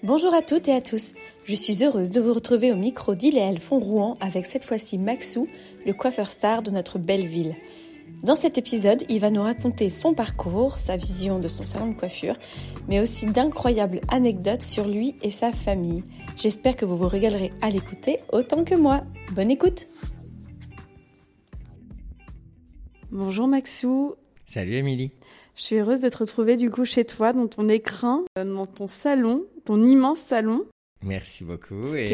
Bonjour à toutes et à tous, je suis heureuse de vous retrouver au micro d'Iléal Font-Rouen avec cette fois-ci Maxou, le coiffeur star de notre belle ville. Dans cet épisode, il va nous raconter son parcours, sa vision de son salon de coiffure, mais aussi d'incroyables anecdotes sur lui et sa famille. J'espère que vous vous régalerez à l'écouter autant que moi. Bonne écoute! Bonjour Maxou. Salut Émilie. Je suis heureuse de te retrouver du coup chez toi, dans ton écrin, dans ton salon, ton immense salon. Merci beaucoup et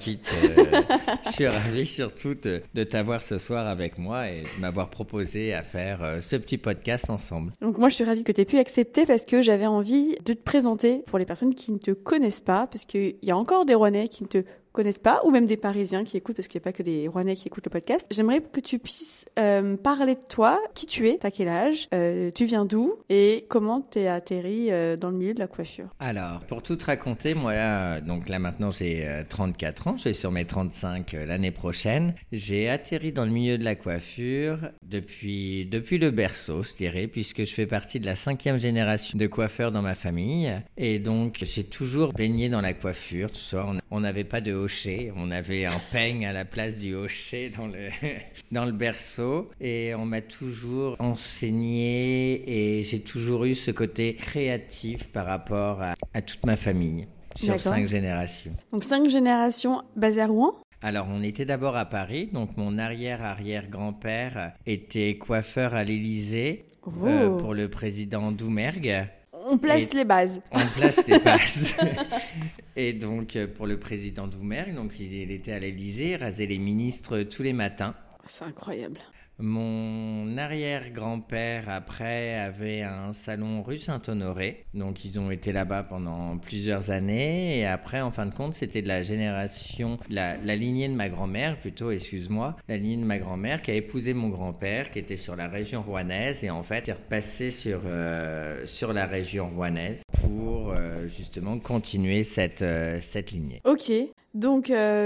je suis ravi surtout de t'avoir ce soir avec moi et de m'avoir proposé à faire ce petit podcast ensemble. Donc moi je suis ravie que tu aies pu accepter parce que j'avais envie de te présenter pour les personnes qui ne te connaissent pas, parce qu'il y a encore des Rouennais qui ne te connaissent pas, ou même des Parisiens qui écoutent, parce qu'il n'y a pas que des Rouennais qui écoutent le podcast. J'aimerais que tu puisses parler de toi, qui tu es, t'as quel âge, tu viens d'où et comment t'es atterri dans le milieu de la coiffure. Alors, pour tout te raconter, moi donc là maintenant j'ai 34 ans, je vais sur mes 35 l'année prochaine. J'ai atterri dans le milieu de la coiffure depuis le berceau, je dirais, puisque je fais partie de la 5e génération de coiffeurs dans ma famille. Et donc, j'ai toujours baigné dans la coiffure, tout ça. On n'avait pas de hochet, on avait un peigne à la place du hochet dans le berceau. Et on m'a toujours enseigné et j'ai toujours eu ce côté créatif par rapport à toute ma famille, sur D'accord. 5 générations. Donc 5 générations basées à Rouen. Alors, on était d'abord à Paris, donc mon arrière-arrière-grand-père était coiffeur à l'Élysée pour le président Doumergue. On place les bases. On place les bases. Et donc, pour le président Doumergue, donc il était à l'Élysée, rasait les ministres tous les matins. C'est incroyable. Mon arrière-grand-père, après, avait un salon rue Saint-Honoré. Donc, ils ont été là-bas pendant plusieurs années. Et après, en fin de compte, c'était de la génération, la lignée de ma grand-mère, plutôt, excuse-moi, la lignée de ma grand-mère qui a épousé mon grand-père, qui était sur la région rouennaise. Et en fait, il est repassé sur la région rouennaise pour, justement, continuer cette lignée. Ok. Donc,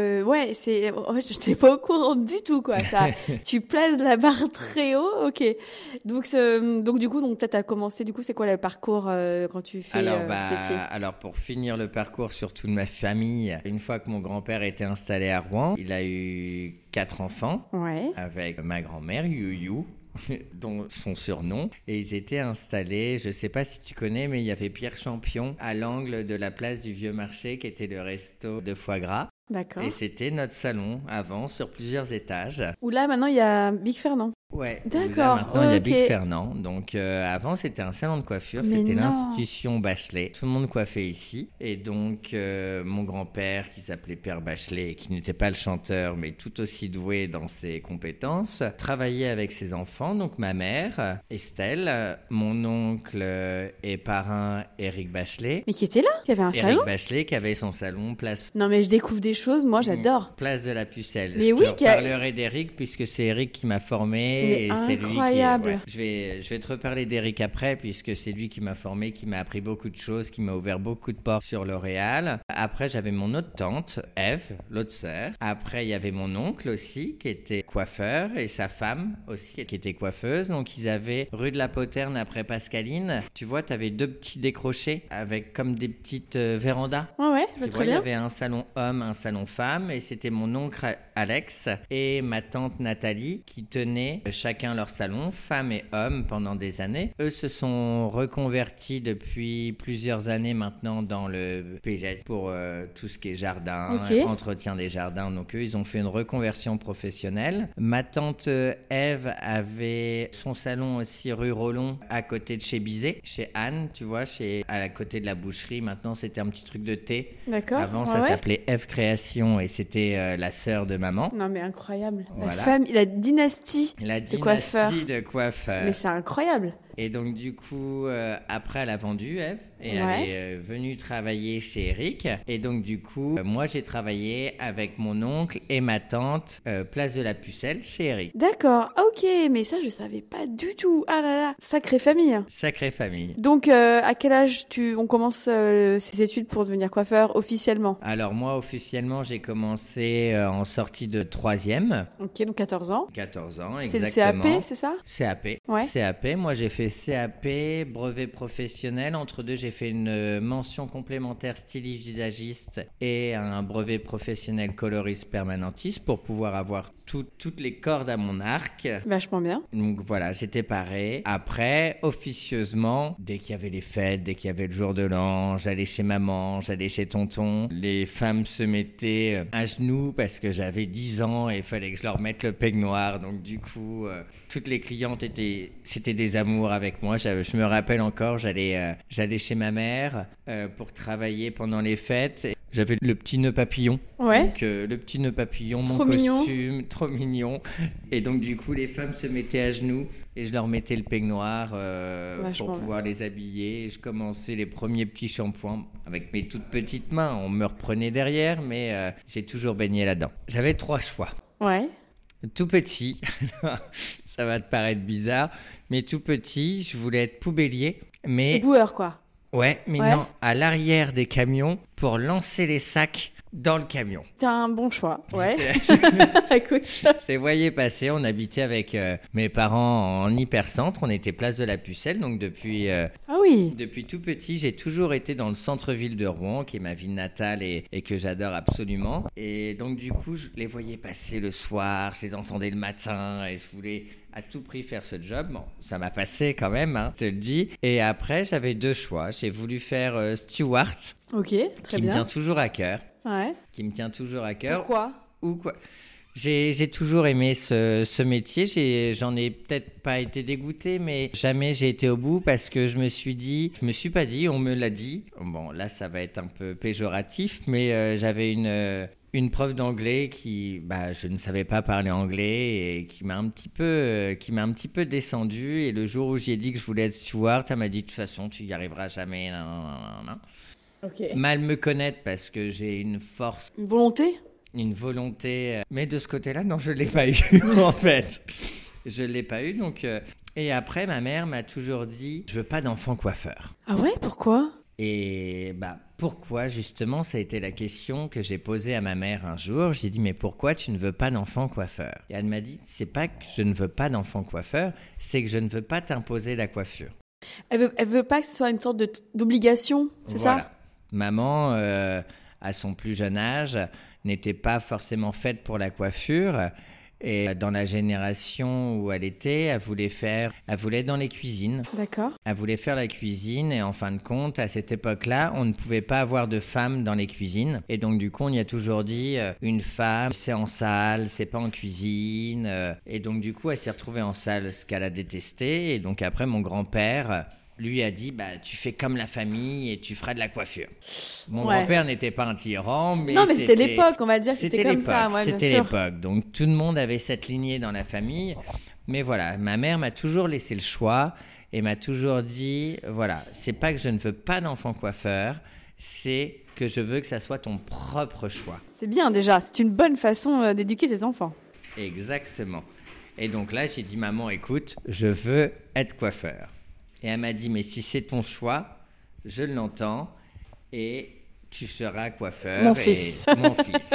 je n'étais pas au courant du tout, quoi. Ça, tu places la barre très haut, ok. Donc, du coup, peut-être tu as commencé, du coup, c'est quoi le parcours quand tu fais ce métier ? Alors, pour finir le parcours sur toute ma famille, une fois que mon grand-père était installé à Rouen, il a eu 4 enfants avec ma grand-mère, Youyou, dont son surnom, et ils étaient installés, je sais pas si tu connais, mais il y avait Pierre Champion à l'angle de la place du Vieux Marché qui était le resto de foie gras. D'accord. Et c'était notre salon avant sur plusieurs étages. Où là maintenant il y a Big Fernand. Ouais, d'accord. Là, maintenant il y a Big Fernand. Donc avant c'était un salon de coiffure, c'était l'institution Bachelet. Tout le monde coiffait ici. Et donc mon grand-père qui s'appelait Père Bachelet et qui n'était pas le chanteur mais tout aussi doué dans ses compétences, travaillait avec ses enfants. Donc ma mère, Estelle, mon oncle et parrain Éric Bachelet. Mais qui était là, qui avait un salon. Éric Bachelet qui avait son salon place. Non mais je découvre des choses, moi j'adore. Place de la Pucelle. Mais je parlerai d'Éric puisque c'est Éric qui m'a formé. Mais et incroyable. C'est lui qui je vais te reparler d'Éric après puisque c'est lui qui m'a formé, qui m'a appris beaucoup de choses, qui m'a ouvert beaucoup de portes sur L'Oréal. Après j'avais mon autre tante, Ève, l'autre sœur. Après il y avait mon oncle aussi qui était coiffeur et sa femme aussi qui était coiffeuse. Donc ils avaient rue de la Poterne après Pascaline. Tu vois, tu avais 2 petits décrochés avec comme des petites vérandas. Ouais, je vois très bien. Il y avait un salon homme, un salon femme et c'était mon oncle Alex et ma tante Nathalie qui tenaient chacun leur salon, femmes et hommes, pendant des années. Eux se sont reconvertis depuis plusieurs années maintenant dans le paysage pour tout ce qui est jardin, entretien des jardins. Donc eux, ils ont fait une reconversion professionnelle. Ma tante Ève avait son salon aussi rue Rollon à côté de chez Bizet, chez Anne, tu vois, à côté de la boucherie. Maintenant, c'était un petit truc de thé. D'accord. Avant, ça s'appelait Ève Création et c'était la sœur de maman. Non mais incroyable. Voilà. La dynastie de coiffeurs. Mais c'est incroyable. Et donc du coup, après elle a vendu Ève et elle est venue travailler chez Éric. Et donc du coup, moi j'ai travaillé avec mon oncle et ma tante, place de la Pucelle chez Éric. D'accord, ok, mais ça je savais pas du tout. Ah là là, sacrée famille. Sacrée famille. Donc à quel âge on commence ses études pour devenir coiffeur officiellement ? Alors moi officiellement j'ai commencé en sortie de 3e. Ok, donc 14 ans. 14 ans, c'est exactement. le CAP, c'est ça ? CAP. Ouais. CAP, moi j'ai fait fait CAP, brevet professionnel. Entre deux, j'ai fait une mention complémentaire styliste visagiste et un brevet professionnel coloriste permanentiste pour pouvoir avoir toutes les cordes à mon arc. Vachement bien. Donc voilà, j'étais paré. Après, officieusement, dès qu'il y avait les fêtes, dès qu'il y avait le jour de l'an, j'allais chez maman, j'allais chez tonton. Les femmes se mettaient à genoux parce que j'avais 10 ans et il fallait que je leur mette le peignoir. Donc du coup, toutes les clientes c'était des amours avec moi. Je me rappelle encore, j'allais chez ma mère pour travailler pendant les fêtes. J'avais le petit nœud papillon. Ouais. Donc, le petit nœud papillon, Trop mon mignon. costume, trop mignon. Et donc, du coup, les femmes se mettaient à genoux et je leur mettais le peignoir pour pouvoir les habiller. Et je commençais les premiers petits shampoings avec mes toutes petites mains. On me reprenait derrière, mais j'ai toujours baigné là-dedans. J'avais 3 choix. Ouais. Tout petit, ça va te paraître bizarre, mais tout petit, je voulais être poubellier. Mais Boueur, quoi. ouais, mais Ouais. non, à l'arrière des camions pour lancer les sacs dans le camion. C'est un bon choix. Ouais. Écoute. Je les voyais passer, on habitait avec mes parents en hypercentre, on était place de la Pucelle, donc depuis Ah oui. tout petit, j'ai toujours été dans le centre-ville de Rouen, qui est ma ville natale et que j'adore absolument. Et donc du coup, je les voyais passer le soir, je les entendais le matin et je voulais à tout prix faire ce job. Bon, ça m'a passé quand même, hein, je te le dis. Et après, j'avais 2 choix. J'ai voulu faire steward, Ok, très qui me bien. tient toujours à cœur. Ouais. Qui me tient toujours à cœur. Pourquoi? Ou quoi. J'ai toujours aimé ce métier. J'en ai peut-être pas été dégoûté, mais jamais j'ai été au bout parce que je me suis pas dit, on me l'a dit. Bon, là, ça va être un peu péjoratif, mais j'avais une prof d'anglais je ne savais pas parler anglais et qui m'a un petit peu descendu. Et le jour où j'ai dit que je voulais être steward, elle m'a dit de toute façon, tu y arriveras jamais. Non, non, non, non. Ok. Mal me connaître parce que j'ai une force. Une volonté? Une volonté, mais de ce côté-là, non, je ne l'ai pas eu, en fait. Je ne l'ai pas eu, donc... Et après, ma mère m'a toujours dit, je veux pas d'enfant coiffeur. Ah ouais, pourquoi? Et pourquoi, justement, ça a été la question que j'ai posée à ma mère un jour. J'ai dit, mais pourquoi tu ne veux pas d'enfant coiffeur? Et elle m'a dit, c'est pas que je ne veux pas d'enfant coiffeur, c'est que je ne veux pas t'imposer la coiffure. Elle veut pas que ce soit une sorte d'obligation, c'est Voilà. ça? Maman, à son plus jeune âge, n'était pas forcément faite pour la coiffure. Et dans la génération où elle était, elle voulait être dans les cuisines. D'accord. Elle voulait faire la cuisine et en fin de compte, à cette époque-là, on ne pouvait pas avoir de femmes dans les cuisines. Et donc du coup, on y a toujours dit, une femme, c'est en salle, c'est pas en cuisine. Et donc du coup, elle s'est retrouvée en salle, ce qu'elle a détesté. Et donc après, mon grand-père lui a dit, tu fais comme la famille et tu feras de la coiffure. Mon grand-père n'était pas un tyran, mais non, mais c'était l'époque, on va dire que c'était comme l'époque, ça. Ouais, bien c'était sûr. l'époque. Donc tout le monde avait cette lignée dans la famille. Mais voilà, ma mère m'a toujours laissé le choix et m'a toujours dit, voilà, c'est pas que je ne veux pas d'enfant coiffeur, c'est que je veux que ça soit ton propre choix. C'est bien déjà, c'est une bonne façon d'éduquer ses enfants. Exactement. Et donc là, j'ai dit, maman, écoute, je veux être coiffeur. Et elle m'a dit, mais si c'est ton choix, je l'entends et tu seras coiffeur. Mon fils. Mon fils,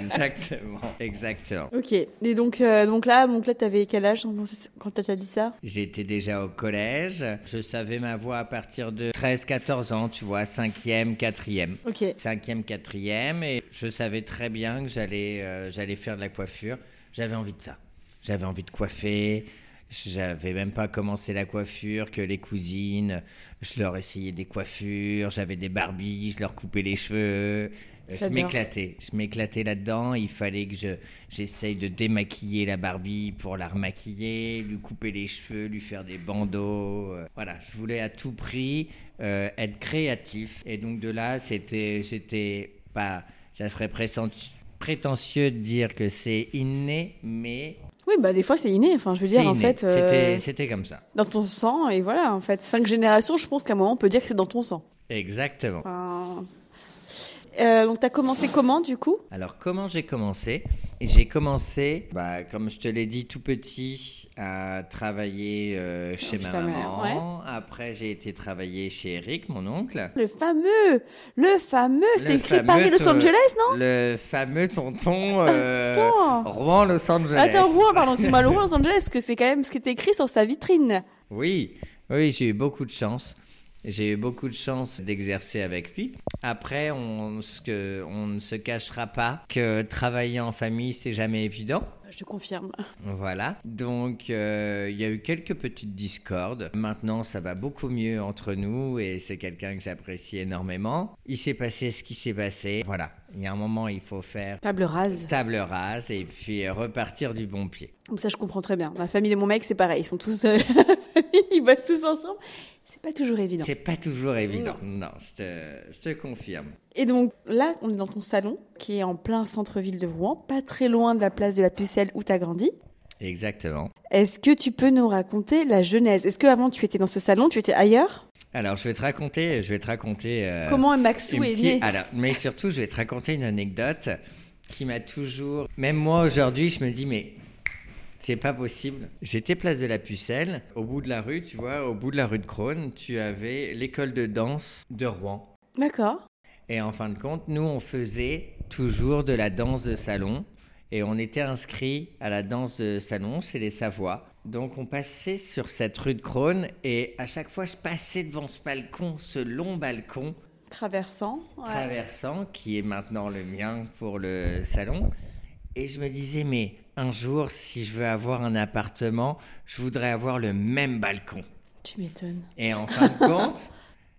exactement. Ok, et donc là, t'avais quel âge quand t'as dit ça? J'étais déjà au collège. Je savais ma voix à partir de 13-14 ans, tu vois, 5e, 4e. Ok. 5e, 4e. Et je savais très bien que j'allais faire de la coiffure. J'avais envie de ça. J'avais envie de coiffer. J'avais même pas commencé la coiffure que les cousines. Je leur essayais des coiffures. J'avais des Barbies. Je leur coupais les cheveux. Je m'éclatais là-dedans. Il fallait que j'essaye de démaquiller la Barbie pour la remaquiller, lui couper les cheveux, lui faire des bandeaux. Voilà, je voulais à tout prix être créatif. Et donc de là, c'était pas... Ça serait prétentieux de dire que c'est inné, mais... Oui, des fois c'est inné. Enfin, je veux dire, en fait, c'était comme ça. dans ton sang, et voilà, en fait, 5 générations, je pense qu'à un moment on peut dire que c'est dans ton sang. Exactement. Enfin... donc t'as commencé comment du coup? Alors comment j'ai commencé? J'ai commencé, comme je te l'ai dit, tout petit, à travailler chez ma maman. Mère, ouais. Après j'ai été travailler chez Eric, mon oncle. Le fameux, c'était écrit Paris Los Angeles, non? Le fameux tonton Attends. Rouen Los Angeles. Attends, Rouen, pardon, c'est mal Rouen Los Angeles, parce que c'est quand même ce qui était écrit sur sa vitrine. Oui, Oui, j'ai eu beaucoup de chance. J'ai eu beaucoup de chance d'exercer avec lui. Après, on ne se cachera pas que travailler en famille, c'est jamais évident. Je confirme. Voilà. Donc, il y a eu quelques petites discordes. Maintenant, ça va beaucoup mieux entre nous et c'est quelqu'un que j'apprécie énormément. Il s'est passé ce qui s'est passé. Voilà. Il y a un moment, il faut faire Table rase. Table rase et puis repartir du bon pied. Ça, je comprends très bien. La famille de mon mec, c'est pareil. Ils sont tous ils bossent tous ensemble. C'est pas toujours évident. C'est pas toujours évident. Non, je te confirme. Et donc là, on est dans ton salon qui est en plein centre-ville de Rouen, pas très loin de la place de la Pucelle où tu as grandi. Exactement. Est-ce que tu peux nous raconter la genèse ? Est-ce qu'avant tu étais dans ce salon, tu étais ailleurs ? Alors, je vais te raconter. Comment Maxou est né ? Alors, mais surtout, je vais te raconter une anecdote qui m'a toujours. Même moi aujourd'hui, je me dis mais. C'est pas possible. J'étais place de la Pucelle. Au bout de la rue, tu vois, au bout de la rue de Crosne, tu avais l'école de danse de Rouen. D'accord. Et en fin de compte, nous, on faisait toujours de la danse de salon. Et on était inscrits à la danse de salon chez les Savoies. Donc, on passait sur cette rue de Crosne. Et à chaque fois, je passais devant ce balcon, ce long balcon. Traversant, qui est maintenant le mien pour le salon. Et je me disais, mais un jour, si je veux avoir un appartement, je voudrais avoir le même balcon. Tu m'étonnes. Et en fin de compte,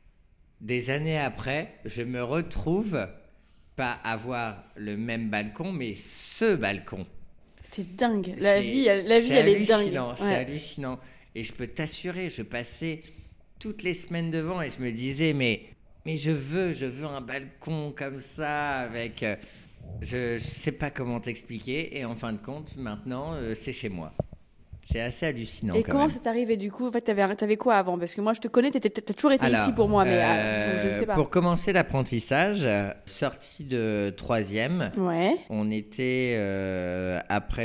des années après, je me retrouve pas avoir le même balcon, mais ce balcon. C'est dingue. La vie, elle est dingue. C'est hallucinant. Et je peux t'assurer, je passais toutes les semaines devant et je me disais, mais je veux un balcon comme ça avec... Je sais pas comment t'expliquer et en fin de compte maintenant c'est chez moi. C'est assez hallucinant. Et quand comment même. ça t'est arrivé du coup ? En fait, t'avais quoi avant ? Parce que moi je te connais, t'as toujours été ici pour moi, mais donc je ne sais pas. Pour commencer l'apprentissage, sortie de 3e, on était après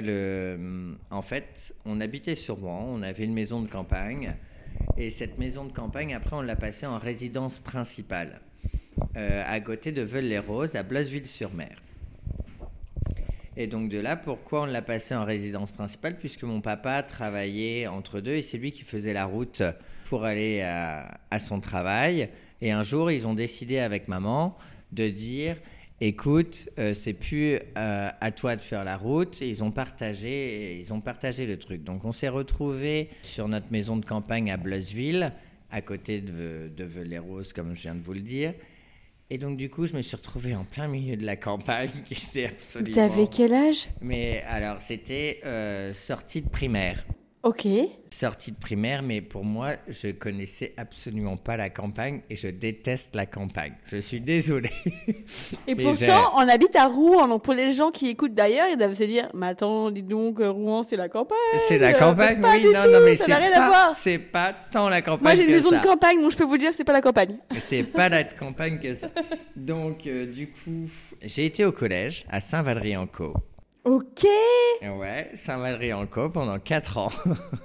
en fait, on habitait sur Rouen, on avait une maison de campagne et cette maison de campagne après on l'a passée en résidence principale à côté de Veules-les-Roses à Blosseville-sur-Mer. Et donc de là, pourquoi on l'a passé en résidence principale ? Puisque mon papa travaillait entre deux et c'est lui qui faisait la route pour aller à son travail. Et un jour, ils ont décidé avec maman de dire « Écoute, c'est plus à toi de faire la route ». Et ils ont partagé le truc. Donc on s'est retrouvés sur notre maison de campagne à Blosseville, à côté de Veules-les-Roses, comme je viens de vous le dire. Et donc, du coup, je me suis retrouvé en plein milieu de la campagne, qui était absolument... T'avais quel âge ? Mais alors, c'était sortie de primaire. Ok. Sortie de primaire, mais pour moi, je connaissais absolument pas la campagne et je déteste la campagne. Je suis désolé. Et mais pourtant, on habite à Rouen. Donc, pour les gens qui écoutent d'ailleurs, ils doivent se dire « Mais attends, dis donc, Rouen, c'est la campagne !» C'est la campagne, oui. Non, mais ça n'a rien à voir. C'est pas tant la campagne. Moi, j'ai une maison de campagne, donc je peux vous dire que c'est pas la campagne. C'est pas la campagne que ça. Donc, du coup, j'ai été au collège à Saint-Valery-en-Caux. Ok. Ouais, Saint-Valery-en-Caux pendant 4 ans.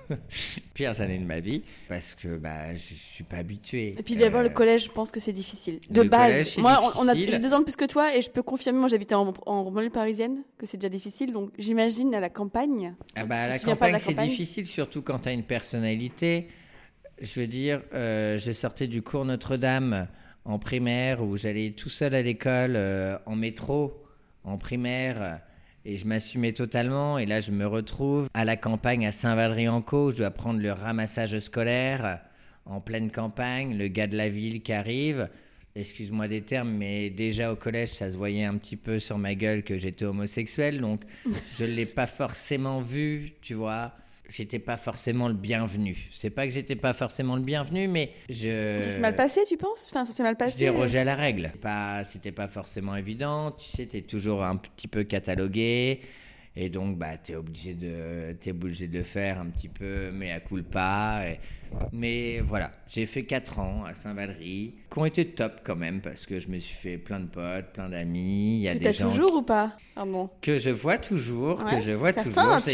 Pires années de ma vie, parce que je suis pas habitué. Et puis d'abord, le collège, je pense que c'est difficile. De base, moi, j'ai 2 ans de plus que toi et je peux confirmer, moi j'habitais en banlieue parisienne, que c'est déjà difficile. Donc j'imagine à la campagne. À la campagne, c'est difficile, surtout quand tu as une personnalité. Je veux dire, je sortais du cours Notre-Dame en primaire, où j'allais tout seul à l'école, en métro, en primaire... Et je m'assumais totalement. Et là, je me retrouve à la campagne à Saint-Valery-en-Caux. Je dois prendre le ramassage scolaire en pleine campagne. Le gars de la ville qui arrive. Excuse-moi des termes, mais déjà au collège, ça se voyait un petit peu sur ma gueule que j'étais homosexuel. Donc, je ne l'ai pas forcément vu, tu vois. J'étais pas forcément le bienvenu. C'est pas que j'étais pas forcément le bienvenu, mais Ça s'est mal passé, tu penses ? Enfin, ça s'est mal passé. Je dérogeais à la règle. C'était pas forcément évident. Tu sais, t'es toujours un petit peu catalogué. Et donc, t'es obligé de le faire un petit peu, mea culpa. Mais voilà, j'ai fait 4 ans à Saint-Valery, qui ont été top quand même, parce que je me suis fait plein de potes, plein d'amis. Il y a des gens toujours ou pas ? Pardon. Que je vois toujours, ouais, Je vois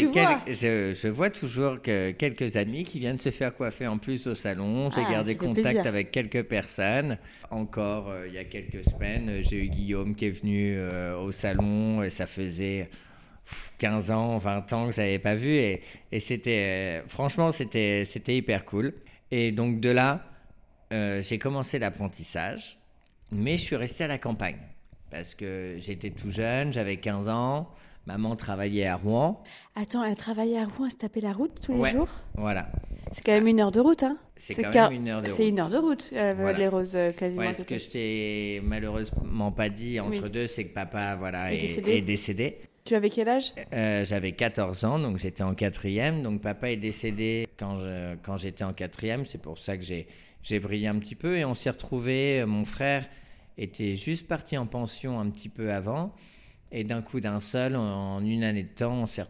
toujours quelques amis qui viennent se faire coiffer en plus au salon. J'ai gardé contact avec quelques personnes. Encore, il y a quelques semaines, j'ai eu Guillaume qui est venu au salon et ça faisait 15 ans, 20 ans que je n'avais pas vu et c'était, franchement, c'était hyper cool. Et donc de là, j'ai commencé l'apprentissage, mais je suis resté à la campagne parce que j'étais tout jeune, j'avais 15 ans, maman travaillait à Rouen. Attends, elle travaillait à Rouen, elle se tapait la route tous les jours? Voilà. C'est quand même 1 heure de route, hein? C'est quand même 1 heure de route. C'est 1 heure de route, Voilà. les Roses, quasiment. Ouais, ce que je t'ai malheureusement pas dit entre deux, c'est que papa est décédé. Tu avais quel âge? J'avais 14 ans, donc j'étais en 4e. Donc papa est décédé quand j'étais en 4e. C'est pour ça que j'ai vrillé un petit peu. Et on s'est retrouvés, mon frère était juste parti en pension un petit peu avant. Et d'un coup d'un seul, en 1 année de temps, on s'est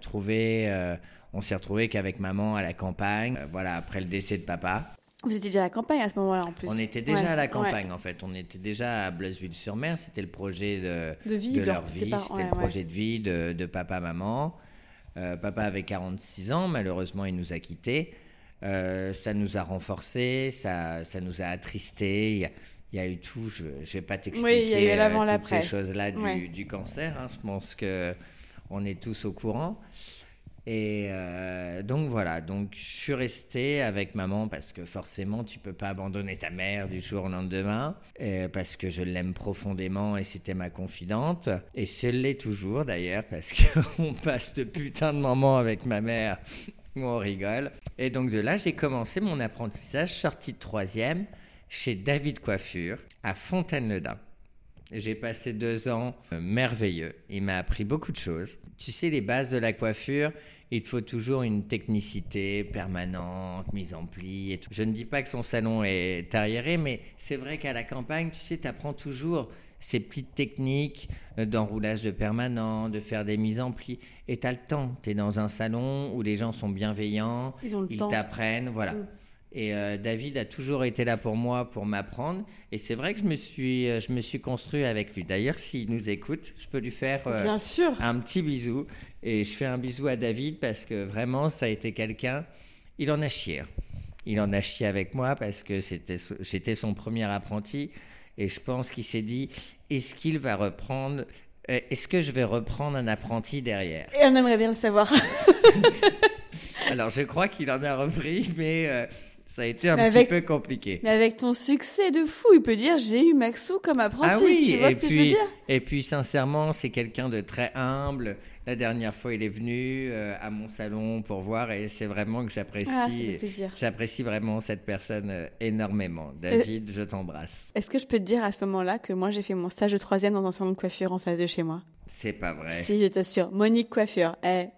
retrouvés qu'avec maman à la campagne. Voilà, après le décès de papa. Vous étiez déjà à la campagne à ce moment-là en plus. On était déjà à la campagne en fait. On était déjà à Bleuzeville-sur-Mer. C'était le projet de leur vie. C'était le projet de vie de papa, maman. Papa avait 46 ans. Malheureusement, il nous a quittés. Ça nous a renforcés. Ça nous a attristés. Il y a eu tout. Je ne vais pas t'expliquer il y a eu l'avant, toutes l'après. ces choses-là du cancer. Hein. Je pense qu'on est tous au courant. Et donc voilà, donc je suis resté avec maman parce que forcément tu peux pas abandonner ta mère du jour au lendemain, parce que je l'aime profondément et c'était ma confidente, et je l'ai toujours d'ailleurs parce qu'on passe de putain de moments avec ma mère où on rigole. Et donc de là j'ai commencé mon apprentissage, sorti de 3e chez David Coiffure à Fontaine-le-Dain. J'ai passé 2 ans merveilleux. Il m'a appris beaucoup de choses. Tu sais, les bases de la coiffure, il te faut toujours une technicité permanente, mise en pli et tout. Je ne dis pas que son salon est arriéré, mais c'est vrai qu'à la campagne, tu sais, tu apprends toujours ces petites techniques d'enroulage de permanent, de faire des mises en pli. Et tu as le temps. Tu es dans un salon où les gens sont bienveillants, ils t'apprennent, voilà. Et David a toujours été là pour moi, pour m'apprendre. Et c'est vrai que je me suis construit avec lui. D'ailleurs, s'il nous écoute, je peux lui faire Bien sûr. un petit bisou. Et je fais un bisou à David parce que vraiment, ça a été quelqu'un... Il en a chié. Il en a chié avec moi parce que j'étais son premier apprenti. Et je pense qu'il s'est dit, est-ce que je vais reprendre un apprenti derrière? Et on aimerait bien le savoir. Alors, je crois qu'il en a repris, mais... ça a été un petit peu compliqué. Mais avec ton succès de fou, il peut dire j'ai eu Maxou comme apprenti. Ah oui, tu vois ce que je veux dire? Et puis sincèrement, c'est quelqu'un de très humble. La dernière fois, il est venu à mon salon pour voir et c'est vraiment que j'apprécie. Ah, ça fait plaisir. J'apprécie vraiment cette personne énormément. David, je t'embrasse. Est-ce que je peux te dire à ce moment-là que moi j'ai fait mon stage de 3e dans un salon de coiffure en face de chez moi? C'est pas vrai. Si, je t'assure. Monique Coiffure.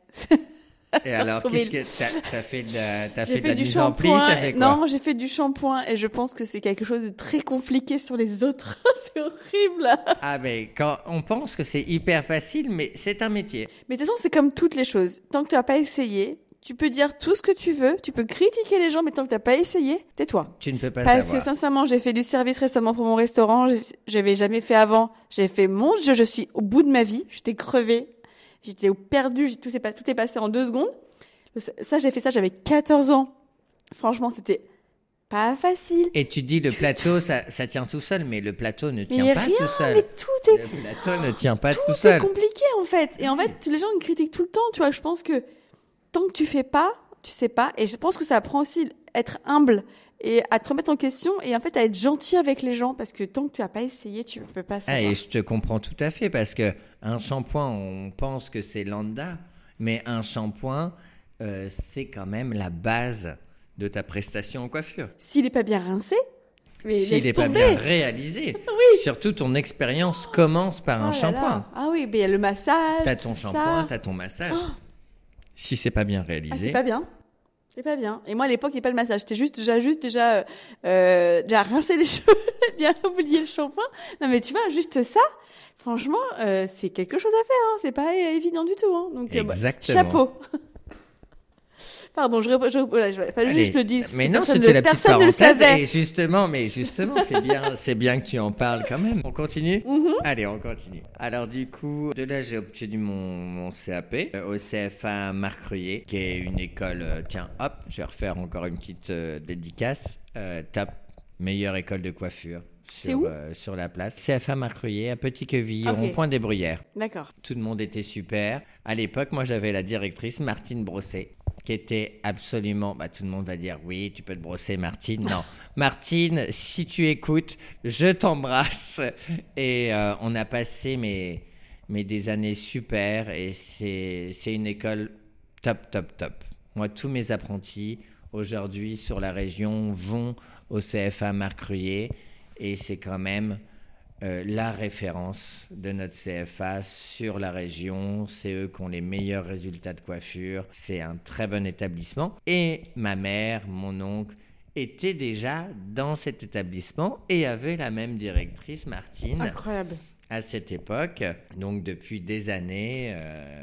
Et alors, qu'est-ce que t'as fait de la du mise en pli? Non, j'ai fait du shampoing et je pense que c'est quelque chose de très compliqué sur les autres. C'est horrible. Ah mais quand on pense que c'est hyper facile, mais c'est un métier. Mais de toute façon, c'est comme toutes les choses. Tant que tu n'as pas essayé, tu peux dire tout ce que tu veux, tu peux critiquer les gens, mais tant que tu n'as pas essayé, tais-toi. Tu ne peux pas Parce savoir. que sincèrement, j'ai fait du service récemment pour mon restaurant, j'avais jamais fait avant. J'ai fait mon jeu, je suis au bout de ma vie, j'étais crevée. J'étais perdue, tout est passé en 2 secondes. Ça, j'ai fait ça, j'avais 14 ans. Franchement, c'était pas facile. Et tu dis le plateau, ça tient tout seul, mais le plateau ne tient pas tout seul. Mais tout est... Le plateau ne tient pas tout Tout seul. est compliqué, en fait. Et en fait, les gens me critiquent tout le temps, tu vois. Je pense que tant que tu fais pas, tu sais pas. Et je pense que ça apprend aussi à être humble et à te remettre en question et en fait à être gentil avec les gens parce que tant que tu n'as pas essayé, tu ne peux pas savoir. Et je te comprends tout à fait parce que un shampoing, on pense que c'est lambda, mais un shampoing, c'est quand même la base de ta prestation en coiffure. S'il n'est pas bien rincé, mais s'il n'est pas bien réalisé, oui. Surtout ton expérience commence par un shampoing. Ah oui, mais il y a le massage. T'as ton shampoing, t'as ton massage. Oh. Si c'est pas bien réalisé. C'est pas bien. C'est pas bien. Et moi, à l'époque, il n'y avait pas le massage. J'étais déjà rincé les cheveux, bien oublié le shampoing. Non, mais tu vois, juste ça, franchement, c'est quelque chose à faire. Hein. C'est pas évident du tout. Hein. Donc, exactement. Chapeau. Pardon, il fallait juste le dire. Mais non, c'était la petite parenthèse. Et justement, c'est bien que tu en parles quand même. On continue? Mm-hmm. Allez, on continue. Alors du coup, de là, j'ai obtenu mon CAP au CFA Marc Reuillet, qui est une école, je vais refaire encore une petite dédicace. Top, meilleure école de coiffure. C'est où? Sur la place. CFA Marc Reuillet, à Petit-Queville, rond-point des Bruyères. D'accord. Tout le monde était super. À l'époque, moi, j'avais la directrice Martine Brosset. qui était absolument... tout le monde va dire, oui, tu peux te brosser, Martine. Non, Martine, si tu écoutes, je t'embrasse. Et on a passé mais des années super. Et c'est une école top, top, top. Moi, tous mes apprentis, aujourd'hui, sur la région, vont au CFA Marc Ruyer. Et c'est quand même... la référence de notre CFA sur la région. C'est eux qui ont les meilleurs résultats de coiffure. C'est un très bon établissement. Et ma mère, mon oncle, étaient déjà dans cet établissement et avaient la même directrice, Martine. Incroyable. À cette époque. Donc depuis des années,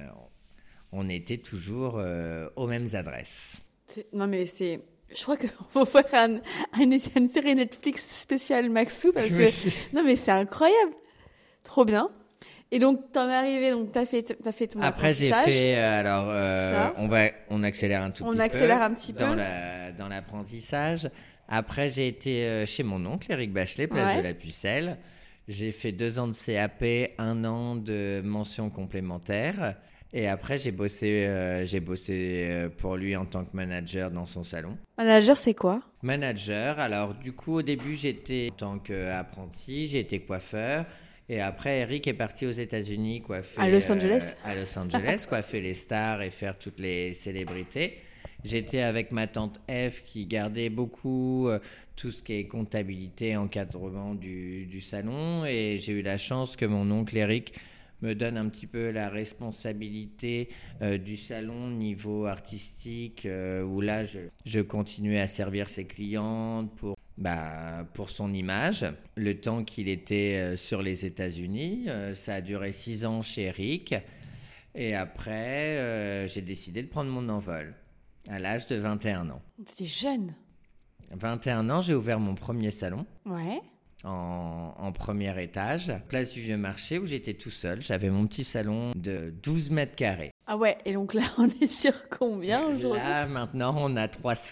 on était toujours aux mêmes adresses. Non mais c'est... Je crois qu'il faut faire une série Netflix spéciale Maxou parce que... Non mais c'est incroyable. Trop bien. Et donc, t'en es arrivé, donc t'as fait ton Après, apprentissage. Après, j'ai fait... Alors, on accélère un tout petit peu. On accélère un petit peu. Dans l'apprentissage. Après, j'ai été chez mon oncle, Éric Bachelet, place de la Pucelle. J'ai fait 2 ans de CAP, 1 an de mention complémentaire. Et après, j'ai bossé pour lui en tant que manager dans son salon. Manager, c'est quoi ? Manager, alors du coup, au début, j'étais en tant qu'apprenti, j'étais coiffeur. Et après, Eric est parti aux États-Unis coiffer... À Los Angeles. À Los Angeles, coiffer les stars et faire toutes les célébrités. J'étais avec ma tante Eve qui gardait beaucoup tout ce qui est comptabilité, encadrement du salon. Et j'ai eu la chance que mon oncle Eric me donne un petit peu la responsabilité du salon niveau artistique, où là, je continuais à servir ses clientes pour son image. Le temps qu'il était sur les États-Unis, ça a duré 6 ans chez Eric. Et après, j'ai décidé de prendre mon envol à l'âge de 21 ans. C'était jeune. 21 ans, j'ai ouvert mon premier salon. Ouais. En premier étage, place du Vieux Marché, où j'étais tout seul. J'avais mon petit salon de 12 mètres carrés. Ah ouais, et donc là, on est sur combien aujourd'hui ? Là, maintenant, on a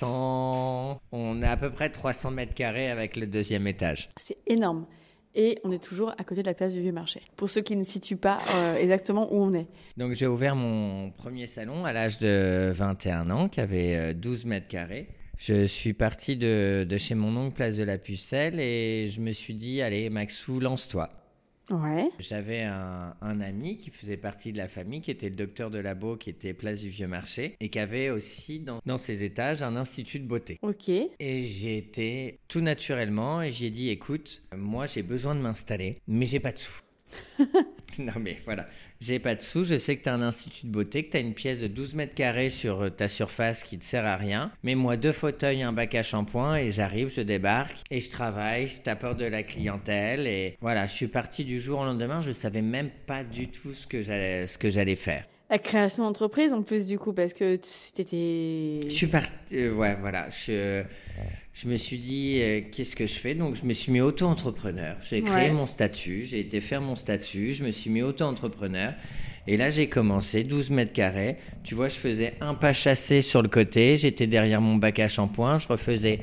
à peu près 300 mètres carrés avec le 2e étage. C'est énorme. Et on est toujours à côté de la place du Vieux Marché. Pour ceux qui ne situent pas exactement où on est. Donc, j'ai ouvert mon premier salon à l'âge de 21 ans, qui avait 12 mètres carrés. Je suis parti de chez mon oncle, place de la Pucelle, et je me suis dit, allez, Maxou, lance-toi. Ouais. J'avais un ami qui faisait partie de la famille, qui était le docteur de labo, qui était place du Vieux Marché, et qui avait aussi dans ses étages un institut de beauté. Ok. Et j'ai été tout naturellement, et j'ai dit, écoute, moi j'ai besoin de m'installer, mais j'ai pas de sous. Non mais voilà, j'ai pas de sous, je sais que tu as un institut de beauté, que tu as une pièce de 12 mètres carrés sur ta surface qui te sert à rien. Mais moi, 2 fauteuils, un bac à shampoing et j'arrive, je débarque et je travaille, je t'apporte de la clientèle et voilà, je suis parti du jour au lendemain, je savais même pas du tout ce que j'allais faire. La création d'entreprise en plus du coup parce que tu étais... Je suis parti, ouais voilà, je me suis dit qu'est-ce que je fais, donc je me suis mis auto-entrepreneur. J'ai créé mon statut, j'ai été faire mon statut, je me suis mis auto-entrepreneur et là j'ai commencé 12 mètres carrés. Tu vois, je faisais un pas chassé sur le côté, j'étais derrière mon bac à shampoing, je refaisais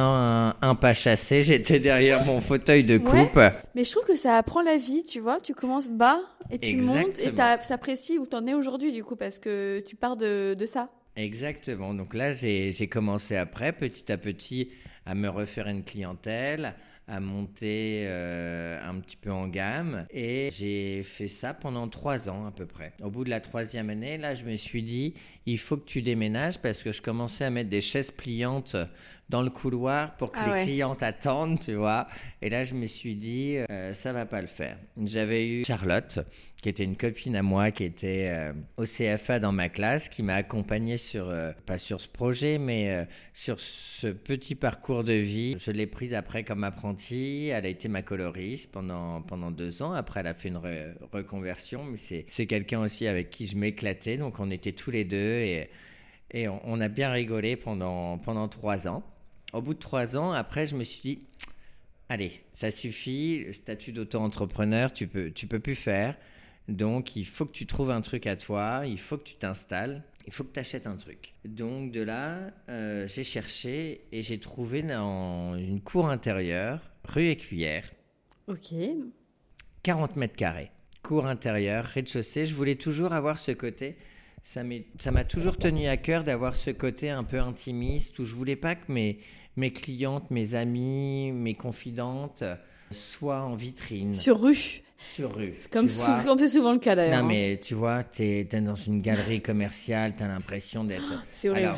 un pas chassé, j'étais derrière mon fauteuil de coupe. Ouais, mais je trouve que ça apprend la vie, tu vois. Tu commences bas et tu montes et t'apprécies où t'en es aujourd'hui, du coup, parce que tu pars de ça. Exactement. Donc là, j'ai commencé après, petit à petit, à me refaire une clientèle, à monter un petit peu en gamme. Et j'ai fait ça pendant 3 ans à peu près. Au bout de la 3e année, là, je me suis dit, il faut que tu déménages parce que je commençais à mettre des chaises pliantes dans le couloir pour que les clientes attendent, tu vois. Et là, je me suis dit, ça va pas le faire. J'avais eu Charlotte, qui était une copine à moi, qui était au CFA dans ma classe, qui m'a accompagné pas sur ce projet, mais sur ce petit parcours de vie. Je l'ai prise après comme apprentie. Elle a été ma coloriste pendant 2 ans. Après, elle a fait une reconversion, mais c'est quelqu'un aussi avec qui je m'éclatais. Donc, on était tous les deux et on a bien rigolé pendant 3 ans. Au bout de 3 ans, après, je me suis dit, allez, ça suffit, le statut d'auto-entrepreneur, tu peux plus faire. Donc, il faut que tu trouves un truc à toi, il faut que tu t'installes, il faut que tu achètes un truc. Donc, de là, j'ai cherché et j'ai trouvé dans une cour intérieure, rue Écuyère. Ok. 40 mètres carrés, cour intérieure, rez-de-chaussée. Je voulais toujours avoir ce côté Ça m'a toujours tenu à cœur d'avoir ce côté un peu intimiste où je voulais pas que mes clientes, mes amies, mes confidentes soient en vitrine. Sur rue. Sur rue. Comme c'est souvent le cas d'ailleurs. Non, mais tu vois, t'es dans une galerie commerciale, t'as l'impression d'être... C'est horrible.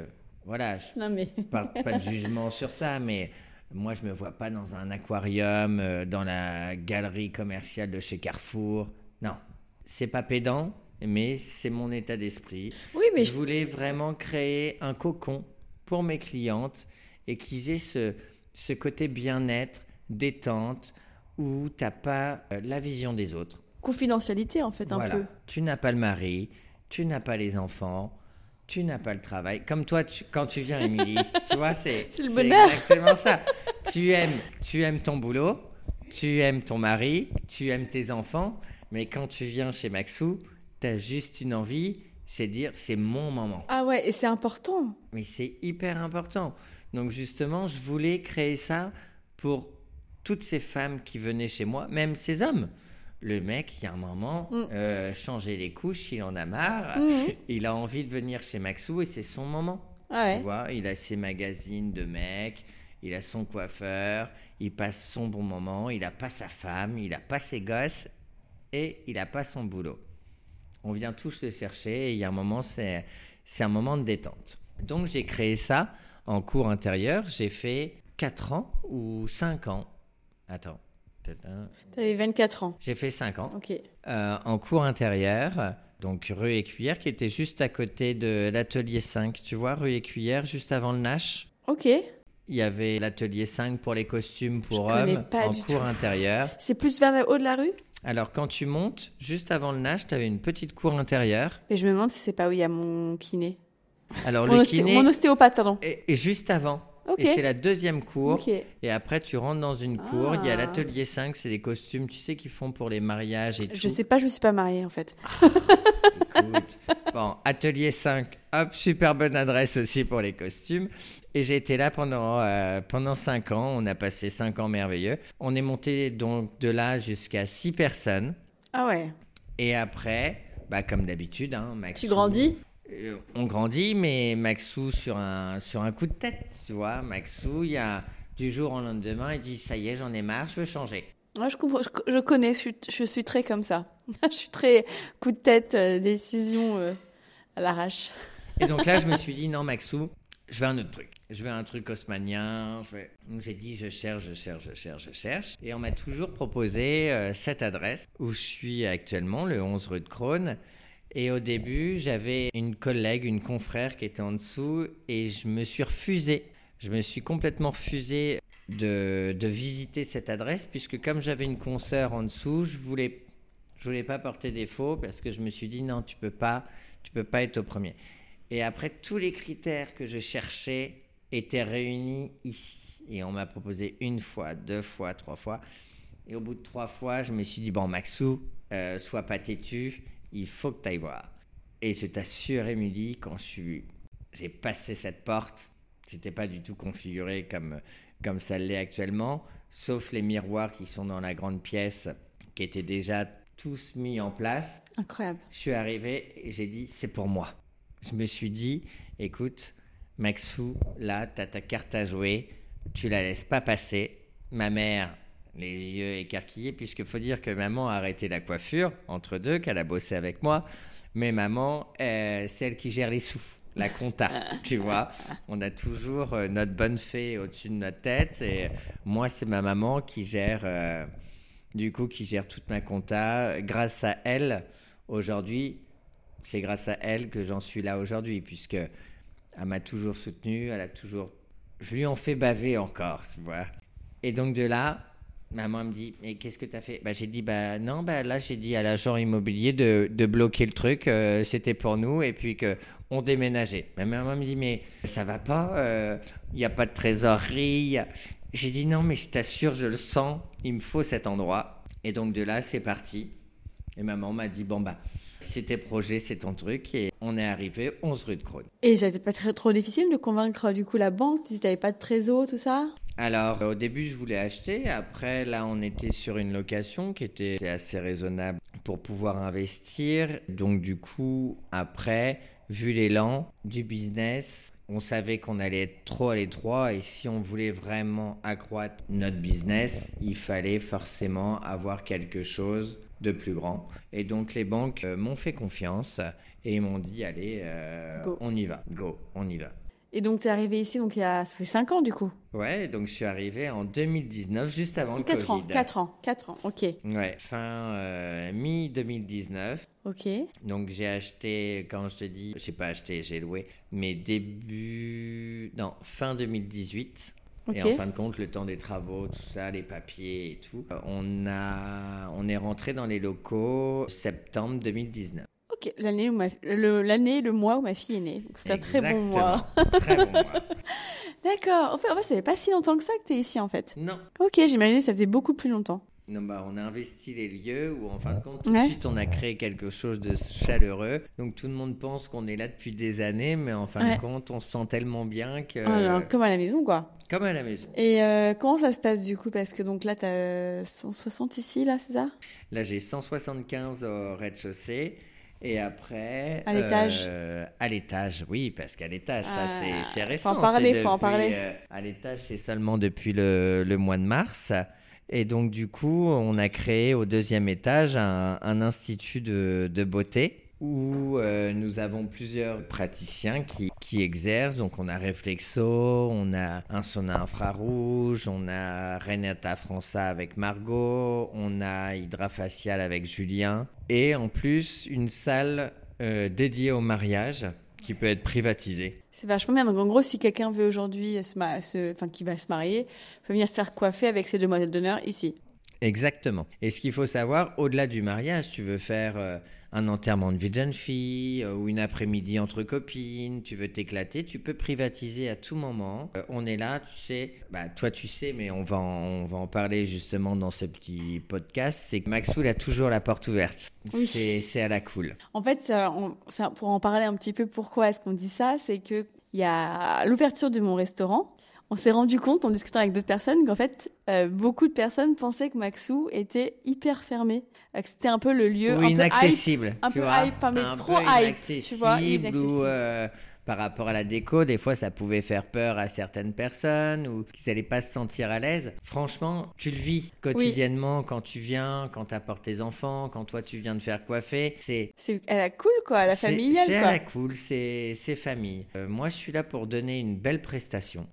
Alors, pas de jugement sur ça, mais moi, je me vois pas dans un aquarium, dans la galerie commerciale de chez Carrefour. Non, c'est pas pédant, mais c'est mon état d'esprit. Oui, mais je voulais vraiment créer un cocon pour mes clientes et qu'ils aient ce côté bien-être, détente, où tu n'as pas la vision des autres. Confidentialité, en fait, un peu. Tu n'as pas le mari, tu n'as pas les enfants, tu n'as pas le travail. Comme toi, quand tu viens, Émilie, tu vois, c'est le bonheur. Exactement ça. Tu aimes ton boulot, tu aimes ton mari, tu aimes tes enfants, mais quand tu viens chez Maxou, tu as juste une envie, c'est de dire, c'est mon moment. Ah ouais, et c'est important. Mais c'est hyper important. Donc justement, je voulais créer ça pour toutes ces femmes qui venaient chez moi, même ces hommes. Le mec, il y a un moment, changer les couches, il en a marre. Il a envie de venir chez Maxou et c'est son moment. Ah ouais. Tu vois, il a ses magazines de mecs, il a son coiffeur, il passe son bon moment, il n'a pas sa femme, il n'a pas ses gosses et il n'a pas son boulot. On vient tous le chercher et il y a un moment, c'est un moment de détente. Donc j'ai créé ça en cours intérieur. J'ai fait 4 ans ou 5 ans. Attends. T'avais 24 ans. J'ai fait 5 ans. Ok. En cours intérieur, donc rue Écuyère, qui était juste à côté de l'atelier 5. Tu vois, rue Écuyère, juste avant le Nash. Ok. Il y avait l'atelier 5 pour les costumes pour hommes en cours intérieur. C'est plus vers le haut de la rue ? Alors, quand tu montes, juste avant le Nash, tu avais une petite cour intérieure. Mais je me demande si c'est pas où il y a mon kiné. Alors, le kiné... Mon ostéopathe, pardon. Et juste avant. Ok. Et c'est la deuxième cour. Ok. Et après, tu rentres dans une cour. Il y a l'atelier 5, c'est des costumes, tu sais, qu'ils font pour les mariages et tout. Je sais pas, je me suis pas mariée, en fait. Écoute. Bon, atelier 5, hop, super bonne adresse aussi pour les costumes. Et j'ai été là pendant 5 ans. On a passé 5 ans merveilleux. On est monté donc de là jusqu'à 6 personnes. Ah ouais. Et après, comme d'habitude, Maxou, tu grandis ? On grandit, mais Maxou sur un coup de tête, tu vois. Maxou, il y a du jour au lendemain, il dit, ça y est, j'en ai marre, je veux changer. Ouais, je comprends, je connais, je suis très comme ça. Je suis très coup de tête, décision à l'arrache. Et donc là, je me suis dit, non, Maxou, je veux un autre truc. Je veux un truc haussmannien. Donc j'ai dit, je cherche. Et on m'a toujours proposé cette adresse où je suis actuellement, le 11 rue de Crosne. Et au début, j'avais une collègue, une confrère qui était en dessous et je me suis refusé. Je me suis complètement refusé de visiter cette adresse puisque comme j'avais une consoeur en dessous, je voulais pas porter défaut parce que je me suis dit non, tu peux pas être au premier. Et après, tous les critères que je cherchais étaient réunis ici. Et on m'a proposé 1 fois, 2 fois, 3 fois. Et au bout de 3 fois, je me suis dit, bon, Maxou, sois pas têtu. Il faut que tu ailles voir. Et je t'assure, Émilie, quand j'ai passé cette porte, c'était pas du tout configuré comme ça l'est actuellement, sauf les miroirs qui sont dans la grande pièce, qui étaient déjà tous mis en place. Incroyable. Je suis arrivé et j'ai dit, c'est pour moi. Je me suis dit, écoute, Maxou, là, t'as ta carte à jouer, tu la laisses pas passer. Ma mère... les yeux écarquillés, puisqu'il faut dire que maman a arrêté la coiffure, entre deux, qu'elle a bossé avec moi. Mais maman, c'est elle qui gère les sous, la compta, tu vois. On a toujours notre bonne fée au-dessus de notre tête. Et moi, c'est ma maman qui gère toute ma compta. Grâce à elle, aujourd'hui, c'est grâce à elle que j'en suis là aujourd'hui, puisque elle m'a toujours soutenu, je lui en fais baver encore, tu vois. Et donc de là... maman me dit, mais qu'est-ce que t'as fait ? J'ai dit, non, là, j'ai dit à l'agent immobilier de bloquer le truc, c'était pour nous, et puis qu'on déménageait. Ma maman me dit, mais ça va pas, il n'y a pas de trésorerie. J'ai dit, non, mais je t'assure, je le sens, il me faut cet endroit. Et donc de là, c'est parti. Et maman m'a dit, c'est tes projets, c'est ton truc, et on est arrivé 11 rue de Crosne. Et ça n'était pas trop difficile de convaincre du coup la banque, si tu n'avais pas de trésor, tout ça ? Alors, au début, je voulais acheter. Après, là, on était sur une location qui était assez raisonnable pour pouvoir investir. Donc, du coup, après, vu l'élan du business, on savait qu'on allait être trop à l'étroit. Et si on voulait vraiment accroître notre business, il fallait forcément avoir quelque chose de plus grand. Et donc, les banques m'ont fait confiance et ils m'ont dit, allez, on y va. Go, on y va. Et donc, tu es arrivé ici, donc ça fait 5 ans du coup. Ouais, donc je suis arrivé en 2019, juste avant le 4 ans, Covid. 4 ans, ok. Ouais, mi-2019. Ok. Donc j'ai acheté, quand je te dis, j'ai pas acheté, j'ai loué, mais fin 2018. Ok. Et en fin de compte, le temps des travaux, tout ça, les papiers et tout, on est rentré dans les locaux septembre 2019. Ok, le mois où ma fille est née. Donc c'est un très bon mois. Très bon mois. D'accord. En fait, ça fait pas si longtemps que ça que tu es ici en fait. Non. Ok, j'imagine que ça faisait beaucoup plus longtemps. Non, on a investi les lieux où, en fin de compte, tout de suite, on a créé quelque chose de chaleureux. Donc, tout le monde pense qu'on est là depuis des années, mais en fin de compte, on se sent tellement bien que... Alors, comme à la maison, quoi. Comme à la maison. Et comment ça se passe, du coup? Parce que donc là, tu as 160 ici, là, c'est ça? Là, j'ai 175 au rez-de-chaussée. Et après... À l'étage? À l'étage, oui, parce qu'à l'étage, ça, c'est récent. Faut en parler. À l'étage, c'est seulement depuis le mois de mars. Et donc, du coup, on a créé au 2e étage un institut de beauté où nous avons plusieurs praticiens qui exercent. Donc, on a Reflexo, on a un sauna infrarouge, on a Renata França avec Margot, on a Hydrafacial avec Julien. Et en plus, une salle dédiée au mariage qui peut être privatisée. C'est vachement bien. Donc, en gros, si quelqu'un veut aujourd'hui qui va se marier, peut venir se faire coiffer avec ses demoiselles d'honneur ici. Exactement. Et ce qu'il faut savoir, au-delà du mariage, tu veux faire un enterrement de vie de jeune fille ou une après-midi entre copines, tu veux t'éclater, tu peux privatiser à tout moment. On est là, tu sais, toi tu sais, mais on va en parler justement dans ce petit podcast, c'est que Maxou a toujours la porte ouverte. Oui. C'est à la cool. En fait, pour en parler un petit peu, pourquoi est-ce qu'on dit ça? C'est qu'il y a l'ouverture de mon restaurant. On s'est rendu compte, en discutant avec d'autres personnes, qu'en fait, beaucoup de personnes pensaient que Maxou était hyper fermé. Que c'était un peu le lieu un inaccessible, peu hype, mais trop hype, tu vois, inaccessible. Par rapport à la déco, des fois, ça pouvait faire peur à certaines personnes ou qu'ils n'allaient pas se sentir à l'aise. Franchement, tu le vis quotidiennement quand tu viens, quand tu apportes tes enfants, quand toi, tu viens de faire coiffer. C'est à la cool, quoi, à la familiale, c'est quoi. à la cool, c'est famille. Moi, je suis là pour donner une belle prestation.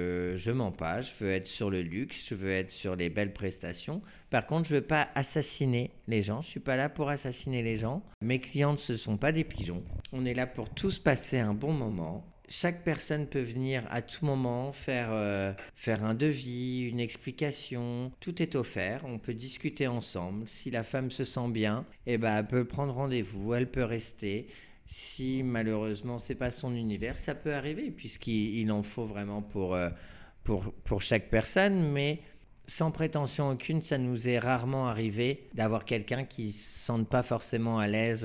Je mens pas, je veux être sur le luxe, je veux être sur les belles prestations. Par contre, je veux pas assassiner les gens. Je suis pas là pour assassiner les gens. Mes clientes, ce sont pas des pigeons. On est là pour tous passer un bon moment. Chaque personne peut venir à tout moment faire un devis, une explication. Tout est offert. On peut discuter ensemble. Si la femme se sent bien, elle peut prendre rendez-vous. Elle peut rester. Si malheureusement c'est pas son univers, ça peut arriver puisqu'il en faut vraiment pour chaque personne. Mais sans prétention aucune, ça nous est rarement arrivé d'avoir quelqu'un qui ne se sente pas forcément à l'aise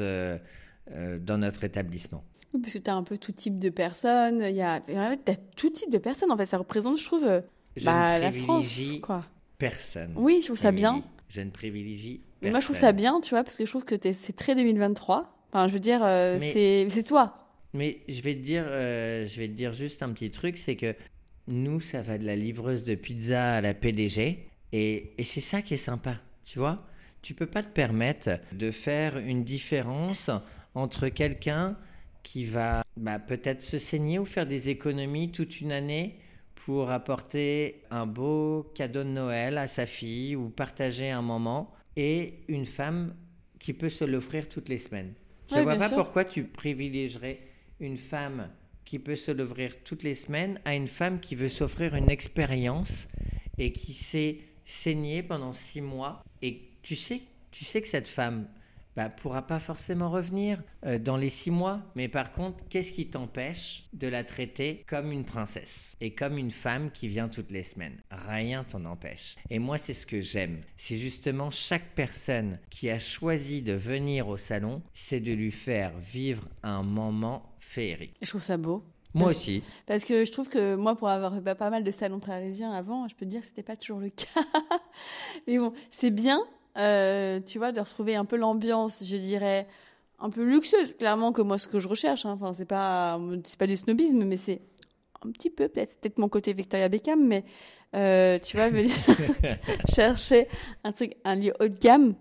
dans notre établissement. Oui, parce que tu as un peu tout type de personnes. Tu as tout type de personnes. En fait, ça représente, je trouve, la France, quoi. Personne. Oui, je trouve ça bien. Je ne privilégie personne. Mais moi, je trouve ça bien, tu vois, parce que je trouve que c'est très 2023. Enfin, je veux dire, c'est toi. Mais je vais te dire juste un petit truc, c'est que nous, ça va de la livreuse de pizza à la PDG. Et c'est ça qui est sympa, tu vois. Tu peux pas te permettre de faire une différence entre quelqu'un qui va peut-être se saigner ou faire des économies toute une année pour apporter un beau cadeau de Noël à sa fille ou partager un moment, et une femme qui peut se l'offrir toutes les semaines. Je ne vois pas pourquoi tu privilégierais une femme qui peut se l'offrir toutes les semaines à une femme qui veut s'offrir une expérience et qui s'est saignée pendant 6 mois. Et tu sais que cette femme pourra pas forcément revenir dans les 6 mois. Mais par contre, qu'est-ce qui t'empêche de la traiter comme une princesse et comme une femme qui vient toutes les semaines? Rien t'en empêche. Et moi, c'est ce que j'aime. C'est justement chaque personne qui a choisi de venir au salon, c'est de lui faire vivre un moment féerique. Je trouve ça beau. Moi aussi. Parce que je trouve que moi, pour avoir pas mal de salons parisiens avant, je peux te dire que c'était pas toujours le cas. Mais bon, c'est bien, tu vois, de retrouver un peu l'ambiance, je dirais, un peu luxueuse. Clairement que moi, ce que je recherche, hein. Enfin, c'est pas du snobisme, mais c'est un petit peu, peut-être mon côté Victoria Beckham, mais tu vois, je veux dire, chercher un lieu haut de gamme,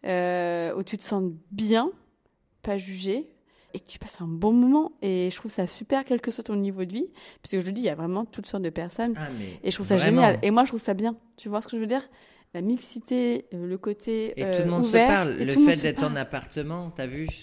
où tu te sens bien, pas jugé, et que tu passes un bon moment. Et je trouve ça super, quel que soit ton niveau de vie. Parce que je le dis, il y a vraiment toutes sortes de personnes. Ah, mais Et je trouve ça vraiment. génial. Et moi, je trouve ça bien. Tu vois ce que je veux dire? La mixité, le côté Et tout le monde ouvert. se parle. Et Le tout le monde fait se d'être parle. en appartement, t'as vu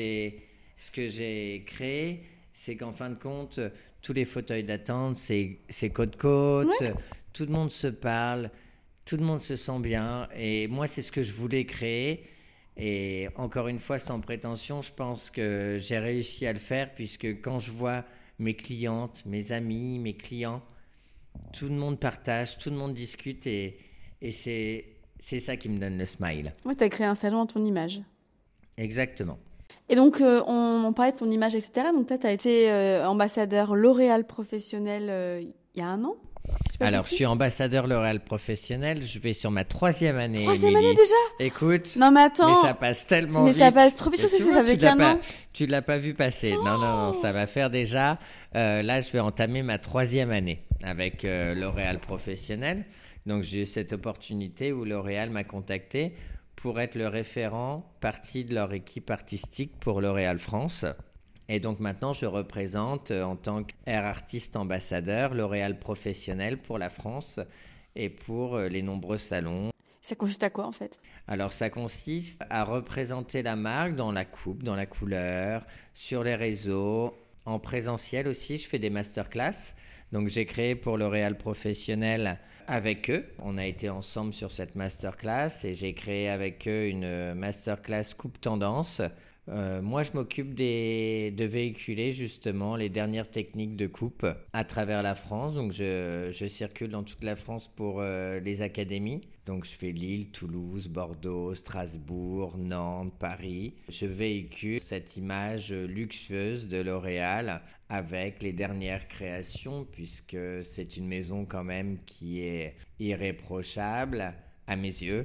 ce que j'ai créé, c'est qu'en fin de compte, tous les fauteuils d'attente, c'est côte-côte. Ouais. Tout le monde se parle, tout le monde se sent bien. Et moi, c'est ce que je voulais créer. Et encore une fois, sans prétention, je pense que j'ai réussi à le faire, puisque quand je vois mes clientes, mes amis, mes clients, tout le monde partage, tout le monde discute, et c'est ça qui me donne le smile. Ouais, t'as créé un salon à ton image. Exactement. Et donc, on parlait de ton image, etc. Donc, là, tu as été ambassadeur L'Oréal professionnel il y a un an, si je dis pas de Alors, je suis bêtises. ambassadeur L'Oréal professionnel. Je vais sur ma 3e année, Troisième année Émilie. déjà? Écoute, Non, mais mais attends. ça passe tellement Mais vite. ça passe trop vite. Mais Je sais, tu ça vois, fait qu'un an. tu l'as pas vu passer. Non, non, non, ça va faire déjà. Là, je vais entamer ma 3e année avec L'Oréal professionnel. Donc, j'ai eu cette opportunité où L'Oréal m'a contacté pour être le référent partie de leur équipe artistique pour L'Oréal France. Et donc maintenant, je représente en tant qu'air artiste ambassadeur L'Oréal professionnel pour la France et pour les nombreux salons. Ça consiste à quoi, en fait? Alors ça consiste à représenter la marque dans la coupe, dans la couleur, sur les réseaux, en présentiel aussi. Je fais des masterclass. Donc j'ai créé pour L'Oréal professionnel avec eux. On a été ensemble sur cette masterclass et j'ai créé avec eux une masterclass coupe tendance. Moi, je m'occupe de véhiculer justement les dernières techniques de coupe à travers la France. Donc, je circule dans toute la France pour les académies. Donc, je fais Lille, Toulouse, Bordeaux, Strasbourg, Nantes, Paris. Je véhicule cette image luxueuse de L'Oréal avec les dernières créations, puisque c'est une maison quand même qui est irréprochable à mes yeux,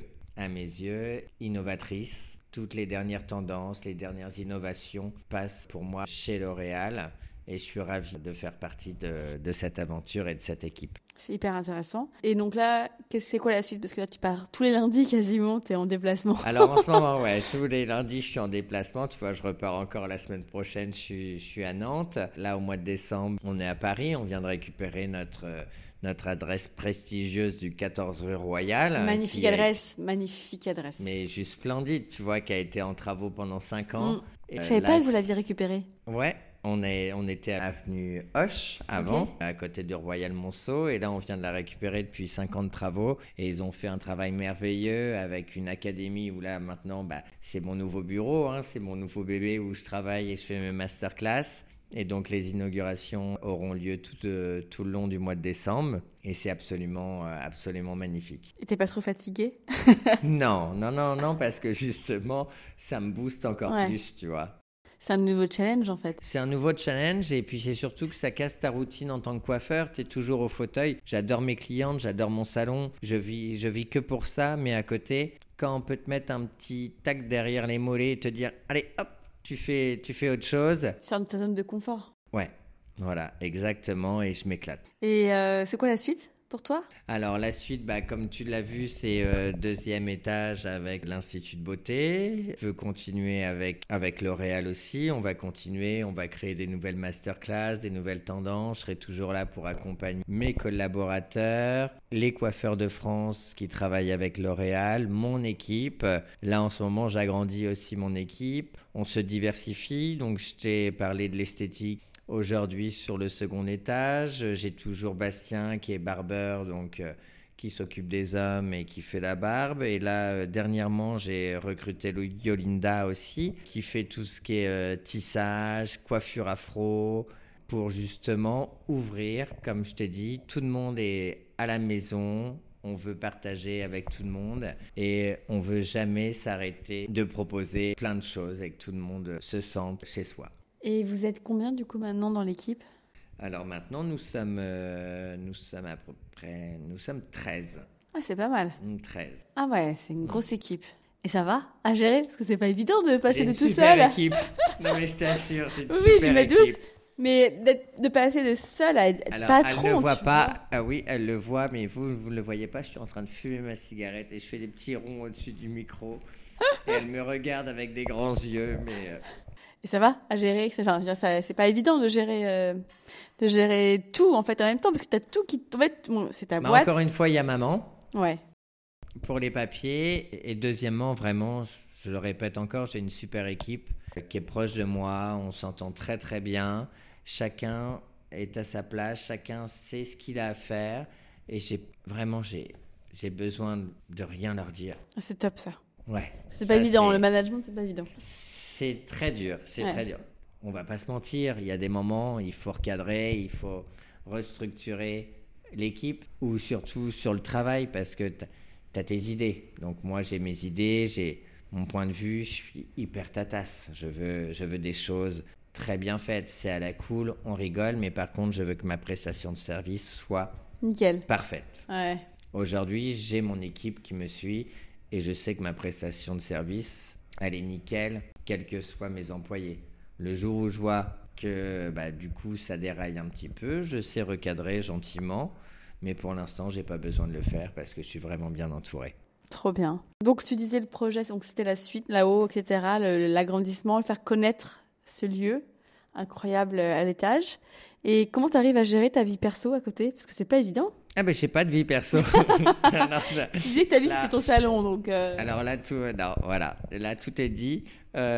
innovatrice. Toutes les dernières tendances, les dernières innovations passent pour moi chez L'Oréal et je suis ravi de faire partie de cette aventure et de cette équipe. C'est hyper intéressant. Et donc là, c'est quoi la suite? Parce que là, tu pars tous les lundis quasiment, tu es en déplacement. Alors en ce moment, ouais, tous les lundis, je suis en déplacement. Tu vois, je repars encore la semaine prochaine, je suis à Nantes. Là, au mois de décembre, on est à Paris. On vient de récupérer notre adresse prestigieuse du 14 rue Royale. Magnifique adresse, magnifique adresse. Mais juste splendide, tu vois, qui a été en travaux pendant 5 ans. Je savais pas que vous l'aviez récupérée. Ouais, on était à l'avenue Hoche avant, Ok. à côté du Royal Monceau, et là on vient de la récupérer depuis 5 ans de travaux, et ils ont fait un travail merveilleux avec une académie où là maintenant c'est mon nouveau bureau, hein, c'est mon nouveau bébé où je travaille et je fais mes masterclass. Et donc les inaugurations auront lieu tout le long du mois de décembre, et c'est absolument magnifique. Et t'es pas trop fatiguée? Non, non, non, non, parce que justement ça me booste encore Ouais. plus, tu vois. C'est un nouveau challenge en fait. C'est un nouveau challenge et puis c'est surtout que ça casse ta routine en tant que coiffeur. Tu es toujours au fauteuil. J'adore mes clientes, j'adore mon salon. Je vis que pour ça, mais à côté, quand on peut te mettre un petit tac derrière les mollets et te dire allez hop, tu fais autre chose. Tu sors de ta zone de confort. Ouais, voilà, exactement, et je m'éclate. Et c'est quoi la suite pour toi? Alors la suite, comme tu l'as vu, c'est 2e étage avec l'Institut de beauté. Je veux continuer avec L'Oréal aussi. On va continuer, on va créer des nouvelles masterclass, des nouvelles tendances. Je serai toujours là pour accompagner mes collaborateurs, les coiffeurs de France qui travaillent avec L'Oréal, mon équipe. Là en ce moment, j'agrandis aussi mon équipe. On se diversifie, donc je t'ai parlé de l'esthétique. Aujourd'hui, sur le 2e étage, j'ai toujours Bastien qui est barbeur, donc qui s'occupe des hommes et qui fait la barbe. Et là, dernièrement, j'ai recruté Yolinda aussi, qui fait tout ce qui est tissage, coiffure afro, pour justement ouvrir, comme je t'ai dit, tout le monde est à la maison. On veut partager avec tout le monde et on veut jamais s'arrêter de proposer plein de choses et que tout le monde se sente chez soi. Et vous êtes combien du coup maintenant dans l'équipe? Alors maintenant, nous sommes à peu près, nous sommes 13. Ah, c'est pas mal. 13. Ah ouais, c'est une grosse équipe. Et ça va à gérer? Parce que c'est pas évident de passer J'ai de une tout super seul. équipe. Non mais je t'assure, j'ai une Oui, je super me équipe. doute. Mais de passer de seul à être Alors, patron, elle ne le voit tu pas. vois. Ah oui, elle le voit, mais vous ne le voyez pas. Je suis en train de fumer ma cigarette et je fais des petits ronds au-dessus du micro. Et elle me regarde avec des grands yeux, mais Et ça va à gérer? Enfin, je veux dire, c'est pas évident de gérer tout en fait en même temps parce que t'as tout qui. En fait, bon, c'est ta bah, boîte. encore une fois, il y a maman Ouais. pour les papiers. Et deuxièmement, vraiment, je le répète encore, j'ai une super équipe qui est proche de moi. On s'entend très très bien. Chacun est à sa place. Chacun sait ce qu'il a à faire. Et j'ai besoin de rien leur dire. Ah, c'est top ça. Ouais. C'est pas Ça, évident. Le management, c'est pas évident. C'est très dur, c'est Ouais. très dur. On va pas se mentir, il y a des moments, il faut recadrer, il faut restructurer l'équipe ou surtout sur le travail parce que tu as tes idées. Donc moi j'ai mes idées, j'ai mon point de vue, je suis hyper tatasse. Je veux des choses très bien faites, c'est à la cool, on rigole, mais par contre je veux que ma prestation de service soit Nickel. parfaite. Ouais. Aujourd'hui, j'ai mon équipe qui me suit et je sais que ma prestation de service, elle est nickel, quels que soient mes employés. Le jour où je vois que du coup ça déraille un petit peu, je sais recadrer gentiment, mais pour l'instant, j'ai pas besoin de le faire parce que je suis vraiment bien entouré. Trop bien. Donc tu disais le projet, donc c'était la suite là-haut, etc. L'agrandissement, le faire connaître ce lieu incroyable à l'étage. Et comment tu arrives à gérer ta vie perso à côté? Parce que c'est pas évident. Ah ben, j'ai pas de vie perso. Non, Tu disais que ta vie là- c'était ton salon, donc. Alors là, non, voilà, là tout est dit.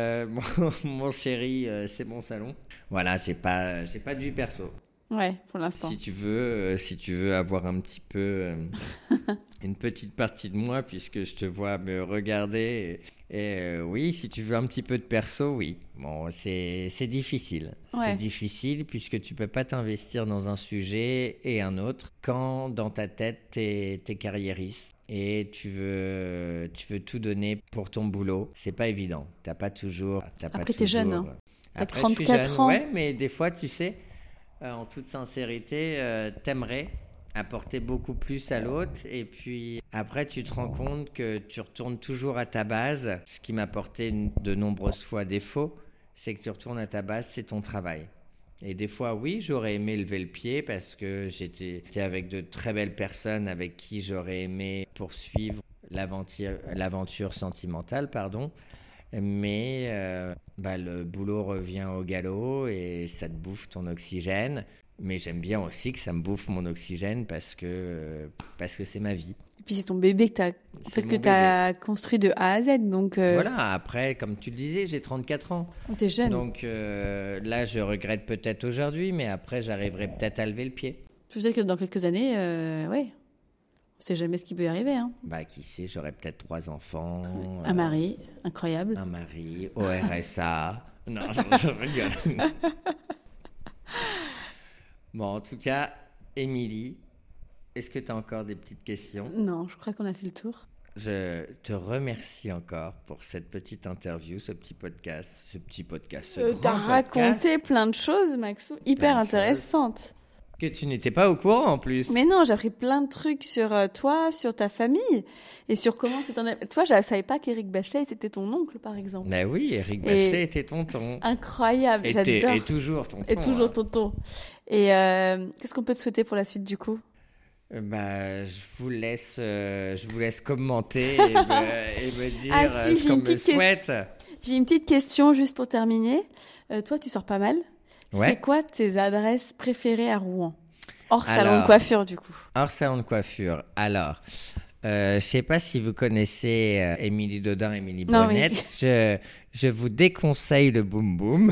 Mon chéri, c'est mon salon. Voilà, j'ai pas de vie perso. Ouais, pour l'instant. Si tu veux avoir un petit peu une petite partie de moi, puisque je te vois me regarder, oui, si tu veux un petit peu de perso, oui. Bon, c'est difficile. Ouais. C'est difficile puisque tu peux pas t'investir dans un sujet et un autre quand dans ta tête t'es carriériste. Et tu veux tout donner pour ton boulot. C'est pas évident. Après, t'es jeune, hein. T'as Après, je suis 34 jeune, ans. ouais, mais des fois, tu sais, en toute sincérité, t'aimerais apporter beaucoup plus à l'autre. Et puis après, tu te rends compte que tu retournes toujours à ta base. Ce qui m'a porté de nombreuses fois défaut, c'est que tu retournes à ta base, c'est ton travail. Et des fois, oui, j'aurais aimé lever le pied parce que j'étais avec de très belles personnes avec qui j'aurais aimé poursuivre l'aventure sentimentale, pardon. Mais le boulot revient au galop et ça te bouffe ton oxygène. Mais j'aime bien aussi que ça me bouffe mon oxygène parce que c'est ma vie. Et puis c'est ton bébé que t'as construit de A à Z, donc. Voilà, après, comme tu le disais, j'ai 34 ans. T'es jeune. Donc là, je regrette peut-être aujourd'hui, mais après, j'arriverai peut-être à lever le pied. Peut-être que dans quelques années, ouais. On sait jamais ce qui peut y arriver, hein. Qui sait, j'aurai peut-être 3 enfants. Un mari, incroyable. Un mari, au RSA. Non, je rigole. Bon, en tout cas, Émilie, est-ce que tu as encore des petites questions? Non, je crois qu'on a fait le tour. Je te remercie encore pour cette petite interview, ce T'as grand raconté podcast plein de choses, Maxou, hyper Plein de choses. intéressantes. que tu n'étais pas au courant en plus. Mais non, j'ai appris plein de trucs sur toi, sur ta famille, et sur comment c'est ton... Toi, je ne savais pas qu'Éric Bachelet était ton oncle, par exemple. Ben oui, Éric Bachelet était tonton. Incroyable, j'adore. Et toujours tonton. Et toujours hein. tonton. Et qu'est-ce qu'on peut te souhaiter pour la suite, du coup? Je vous laisse commenter et me dire Ah si, ce j'ai qu'on une me petite souhaite. J'ai une petite question juste pour terminer. Toi, tu sors pas mal. Ouais. C'est quoi tes adresses préférées à Rouen? Hors salon Alors, de coiffure, du coup. Hors salon de coiffure. Alors, je sais pas si vous connaissez Émilie Dodin, Émilie Non, Brunette. Je vous déconseille le boom boom.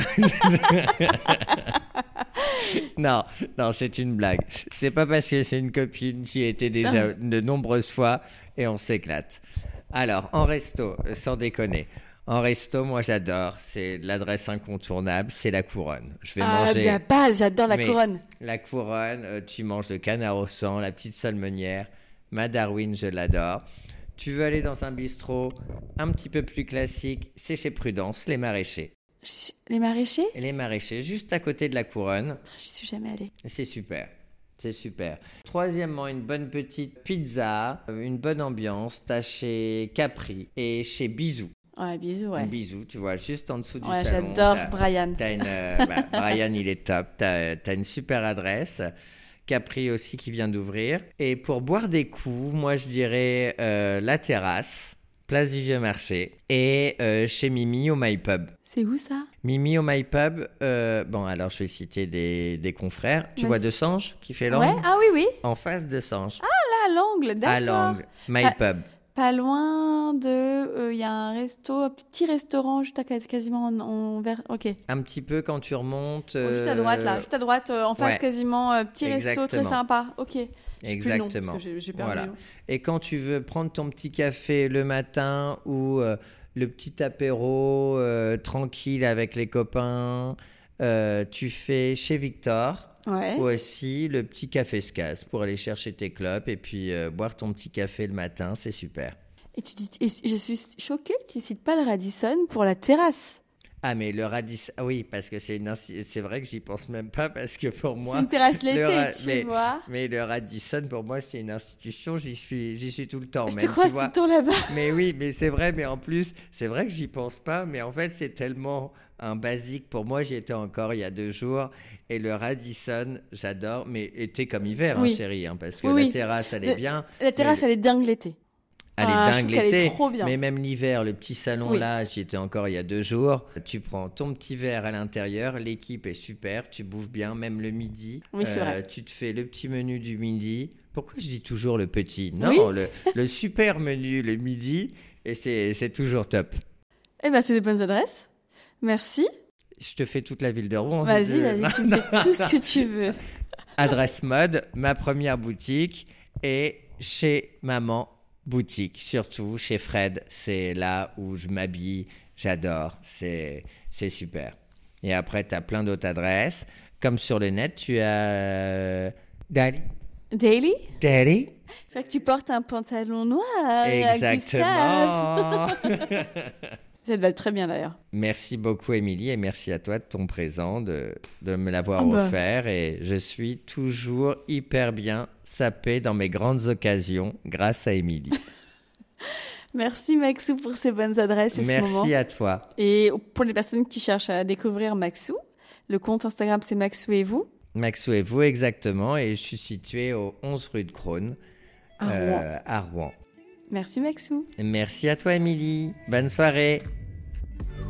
Non, c'est une blague. C'est pas parce que c'est une copine, j'y étais déjà de nombreuses fois et on s'éclate. Alors, en resto, sans déconner. En resto, moi j'adore, c'est l'adresse incontournable, c'est la Couronne. Je vais manger. La base, j'adore la Mais couronne. La Couronne, tu manges le canard au sang, la petite salmonière, ma Darwin, je l'adore. Tu veux aller dans un bistrot un petit peu plus classique, c'est chez Prudence, les Maraîchers. Les Maraîchers? Les Maraîchers, juste à côté de la Couronne. J'y suis jamais allée. C'est super. C'est super. Troisièmement, une bonne petite pizza, une bonne ambiance. T'as chez Capri et chez Bisou. Ouais, bisous, ouais. Bisou, tu vois, juste en dessous du Ouais, salon. j'adore Brian. Brian, il est top. T'as une super adresse. Capri aussi qui vient d'ouvrir. Et pour boire des coups, moi je dirais la terrasse, place du Vieux Marché, et chez Mimi au My Pub. C'est où ça? Mimi au My Pub, bon alors je vais citer des confrères. Tu Vas-y. vois De Sange qui fait l'angle? Ouais, ah oui, oui. En face de Sange. Ah, l'angle, d'accord. À l'angle, My Ah, Pub. Pas loin de... Il y a un petit restaurant juste quasiment en vert. Ok. Un petit peu quand tu remontes. Juste à droite, là. Juste à droite, en face ouais. quasiment. Petit resto très Exactement. sympa. Ok. J'ai plus le nom, Exactement. parce que j'ai perdu Voilà. le nom. Et quand tu veux prendre ton petit café le matin ou le petit apéro tranquille avec les copains, tu fais chez Victor. Ouais. Ou aussi le petit café Scaz pour aller chercher tes clopes et puis boire ton petit café le matin, c'est super. Et je suis choquée que tu cites pas le Radisson pour la terrasse. Ah mais le Radisson, ah oui parce que c'est vrai que j'y pense même pas parce que pour moi C'est une terrasse le l'été, tu vois. Mais le Radisson pour moi c'est une institution, j'y suis tout le temps. Je te même, crois tu tout vois. le temps là-bas. Mais oui, mais c'est vrai, mais en plus, c'est vrai que j'y pense pas, mais en fait, c'est tellement un basique. Pour moi, j'y étais encore il y a 2 jours. Et le Radisson, j'adore, mais été comme hiver, Oui. hein, chérie, hein, parce que Oui, la oui. terrasse, elle est bien. La terrasse, elle est dingue l'été. Elle Ah, est je dingue trouve qu'elle est l'été, trop bien. mais même l'hiver, le petit salon Oui. là, j'y étais encore il y a 2 jours. Tu prends ton petit verre à l'intérieur, l'équipe est super, tu bouffes bien, même le midi. Oui, c'est vrai. Tu te fais le petit menu du midi. Pourquoi je dis toujours le petit? Non, Oui. le super menu le midi, et c'est toujours top. Eh ben, c'est des bonnes adresses. Merci. Je te fais toute la ville de Rouen. Vas-y, si tu veux. vas-y, tu me fais tout ce que tu veux. Adresse mode, ma première boutique, et chez maman boutique, surtout chez Fred. C'est là où je m'habille, j'adore, c'est super. Et après, tu as plein d'autres adresses. Comme sur le net, tu as Daily. Daily? Daily? C'est vrai que tu portes un pantalon noir. Exactement. Gustave. Ça te va très bien d'ailleurs. Merci beaucoup, Émilie, et merci à toi de ton présent, de me l'avoir offert. Et je suis toujours hyper bien sapé dans mes grandes occasions grâce à Émilie. Merci Maxou pour ces bonnes adresses et ce moment. Merci à toi. Et pour les personnes qui cherchent à découvrir Maxou, le compte Instagram c'est Maxou et vous. Maxou et vous, exactement. Et je suis situé au 11 rue de Crosne, à Rouen. Merci Maxou. Merci à toi, Émilie. Bonne soirée.